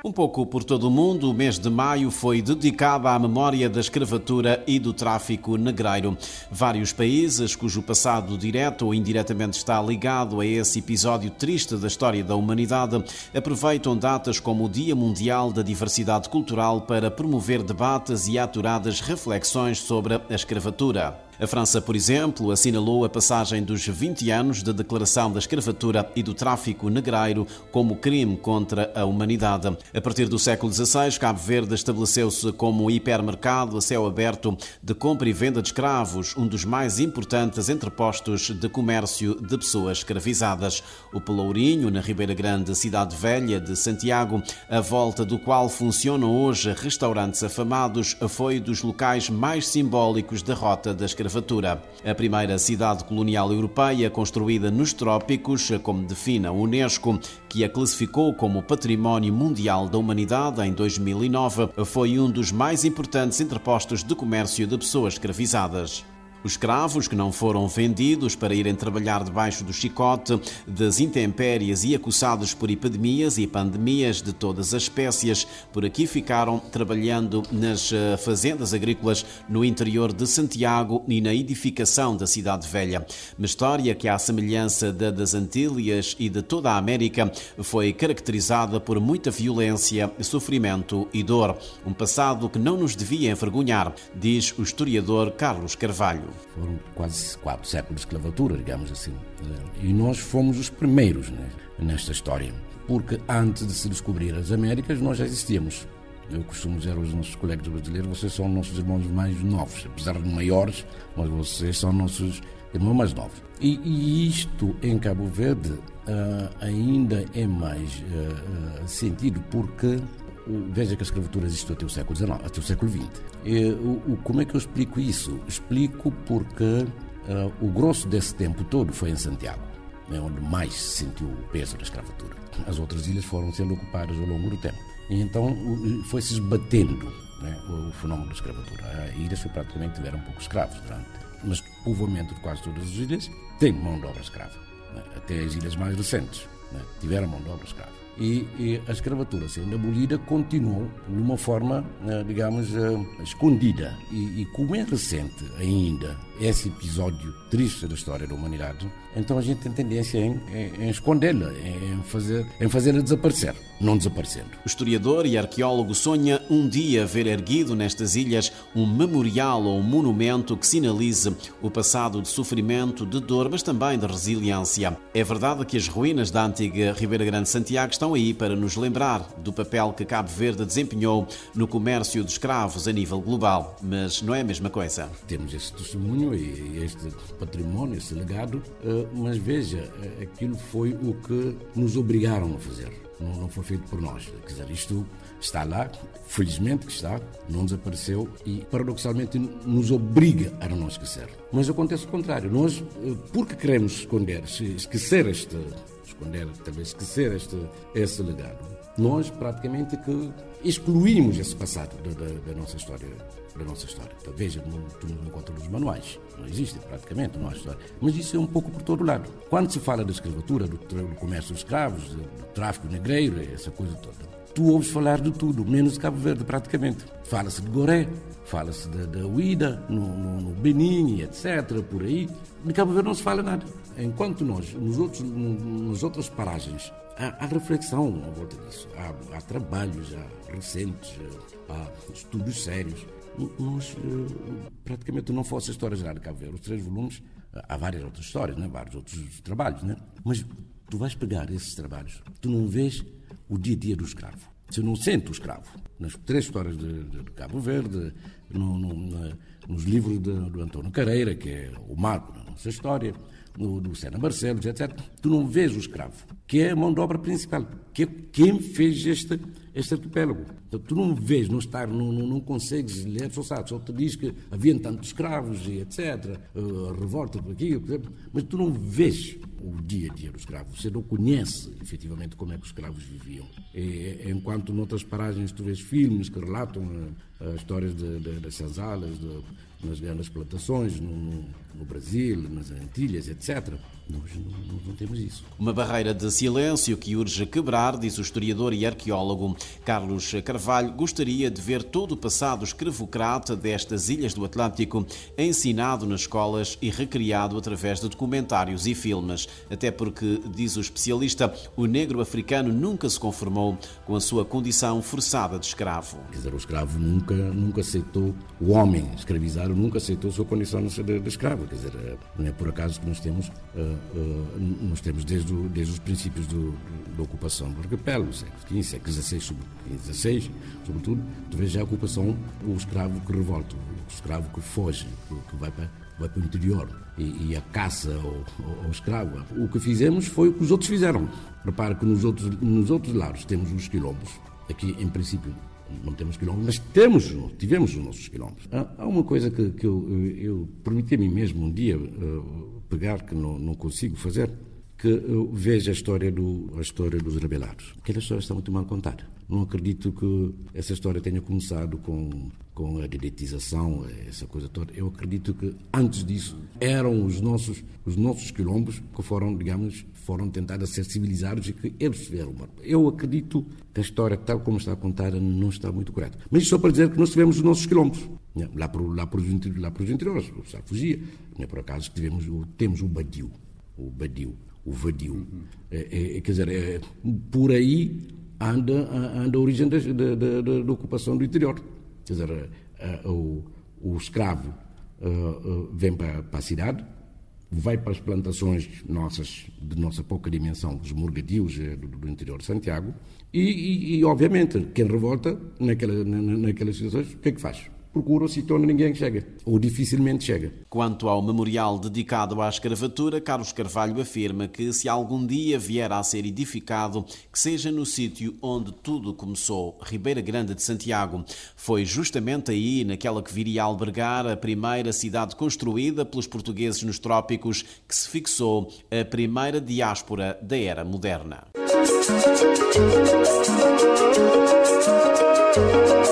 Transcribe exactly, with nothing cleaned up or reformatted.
Um pouco por todo o mundo, o mês de maio foi dedicado à memória da escravatura e do tráfico negreiro. Vários países, cujo passado direto ou indiretamente está ligado a esse episódio triste da história da humanidade, aproveitam datas como o Dia Mundial da Diversidade Cultural para promover debates e aturadas reflexões sobre a escravatura. A França, por exemplo, assinalou a passagem dos vinte anos da Declaração da Escravatura e do Tráfico Negreiro como crime contra a humanidade. A partir do século dezasseis, Cabo Verde estabeleceu-se como um hipermercado a céu aberto de compra e venda de escravos, um dos mais importantes entrepostos de comércio de pessoas escravizadas. O Pelourinho, na Ribeira Grande, cidade velha de Santiago, à volta do qual funcionam hoje restaurantes afamados, foi dos locais mais simbólicos da rota da escravatura. A primeira cidade colonial europeia construída nos trópicos, como define a Unesco, que a classificou como Património Mundial da Humanidade em dois mil e nove, foi um dos mais importantes entrepostos de comércio de pessoas escravizadas. Os escravos que não foram vendidos para irem trabalhar debaixo do chicote das intempéries e acossados por epidemias e pandemias de todas as espécies, por aqui ficaram trabalhando nas fazendas agrícolas no interior de Santiago e na edificação da cidade velha. Uma história que, à semelhança da das Antilhas e de toda a América, foi caracterizada por muita violência, sofrimento e dor. Um passado que não nos devia envergonhar, diz o historiador Carlos Carvalho. Foram quase quatro séculos de escravatura, digamos assim. E nós fomos os primeiros, né, nesta história. Porque antes de se descobrir as Américas, nós já existíamos. Eu costumo dizer aos nossos colegas brasileiros, vocês são nossos irmãos mais novos. Apesar de maiores, mas vocês são nossos irmãos mais novos. E, e isto em Cabo Verde uh, ainda é mais uh, uh, sentido porque... Veja que a escravatura existiu até o século dezenove, até o século vinte. E, o, o, como é que eu explico isso? Explico porque uh, o grosso desse tempo todo foi em Santiago, é onde mais se sentiu o peso da escravatura. As outras ilhas foram sendo ocupadas ao longo do tempo. E então foi-se esbatendo, né, o, o fenómeno da escravatura. As ilhas foi praticamente tiveram poucos escravos durante. Mas o povoamento de quase todas as ilhas tem mão de obra escrava. Né, até as ilhas mais recentes, né, tiveram mão de obra escrava. E, e a escravatura sendo abolida continuou de uma forma, digamos, escondida. E, e como é recente ainda esse episódio triste da história da humanidade, então a gente tem tendência em, em, em escondê-la, em, fazer, em fazê-la desaparecer, não desaparecendo. O historiador e arqueólogo sonha um dia ver erguido nestas ilhas um memorial ou um monumento que sinalize o passado de sofrimento, de dor, mas também de resiliência. É verdade que as ruínas da antiga Ribeira Grande de Santiago estão aí para nos lembrar do papel que Cabo Verde desempenhou no comércio de escravos a nível global, mas não é a mesma coisa. Temos esse testemunho e este património, esse legado, mas veja, aquilo foi o que nos obrigaram a fazer, não, não foi feito por nós. Quer dizer, isto está lá, felizmente que está, não desapareceu e paradoxalmente nos obriga a não esquecer. Mas acontece o contrário, nós, porque queremos esconder, esquecer este, esconder, talvez esquecer este, esse legado, nós praticamente que excluímos esse passado da, da, da nossa história. Da nossa história. Então, veja, não, tu não encontras nos manuais, não existe praticamente na nossa história. Mas isso é um pouco por todo lado. Quando se fala da escravatura, do, do comércio de escravos, do, do tráfico negreiro, essa coisa toda, tu ouves falar de tudo, menos de Cabo Verde praticamente. Fala-se de Goré, fala-se da, da Uida, no, no, no Benin, etcétera, por aí. De Cabo Verde não se fala nada. Enquanto nós, nos outros, nas outras paragens, há, há reflexão à volta disso. Há, há trabalhos há recentes, há estudos sérios. Nós, praticamente, não fosse a história geral de Cabo Verde, os três volumes, há várias outras histórias, né? Vários outros trabalhos, né? Mas tu vais pegar esses trabalhos, tu não vês o dia a dia do escravo. Você não sente o escravo. Nas três histórias de, de Cabo Verde, no, no, na, nos livros de, do António Careira, que é o marco da nossa história, no, do Sena Barcelos, etcétera, tu não vês o escravo, que é a mão de obra principal, que é quem fez este, este arquipélago. Então, tu não vês, não, estar, não, não, não consegues ler, só sabes, só te diz que havia tantos escravos e etcétera, a revolta por aqui, mas tu não vês o dia a dia do escravo, você não conhece efetivamente como é que os escravos viviam. E, enquanto noutras paragens tu vês filmes que relatam as histórias de, de, das senzalas, de, nas grandes plantações, no, no Brasil, nas Antilhas, etcétera. Nós não, não, não temos isso. Uma barreira de silêncio que urge quebrar, diz o historiador e arqueólogo Carlos Carvalho gostaria de ver todo o passado escravocrata destas ilhas do Atlântico ensinado nas escolas e recriado através de documentários e filmes. Até porque, diz o especialista, o negro africano nunca se conformou com a sua condição forçada de escravo. Quer dizer, o escravo nunca, nunca aceitou, o homem escravizado nunca aceitou a sua condição de, de escravo. Quer dizer, não é por acaso que nós temos, uh, uh, nós temos desde, o, desde os princípios do, da ocupação do arquipélago, século quinze, século dezasseis, dezasseis, sobretudo, tu vês já a ocupação, o escravo que revolta, o escravo que foge, que, que vai para, vai para o interior, e, e a caça ao, ao, ao escravo. O que fizemos foi o que os outros fizeram. Repara que nos outros, nos outros lados temos os quilombos, aqui em princípio não temos quilombos, mas temos, tivemos os nossos quilombos. Há, há uma coisa que, que eu, eu prometi a mim mesmo um dia uh, pegar, que não, não consigo fazer, que eu veja a história, do, a história dos rebelados. Aquela história está muito mal contada. Não acredito que essa história tenha começado com, com a dedetização, essa coisa toda. Eu acredito que antes disso eram os nossos, os nossos quilombos que foram, digamos, foram tentados ser civilizados e que eles tiveram. Eu acredito que a história, tal como está contada, não está muito correta. Mas isso só para dizer que nós tivemos os nossos quilombos. Lá para, lá para, os, lá para os interiores, o Sá fugia. Não é por acaso que tivemos, temos o Badiu. O Badiu. O vadio. Uhum. É, é, quer dizer, é, por aí anda, anda a origem da, da, da, da ocupação do interior. Quer dizer, a, a, o, o escravo a, a, vem para, para a cidade, vai para as plantações nossas, de nossa pouca dimensão, os morgadios do, do interior de Santiago, e, e, e obviamente, quem revolta naquela, na, naquelas situações, o que é que faz? Procura o sítio onde ninguém chega, ou dificilmente chega. Quanto ao memorial dedicado à escravatura, Carlos Carvalho afirma que se algum dia vier a ser edificado, que seja no sítio onde tudo começou, Ribeira Grande de Santiago. Foi justamente aí, naquela que viria a albergar a primeira cidade construída pelos portugueses nos trópicos, que se fixou a primeira diáspora da era moderna.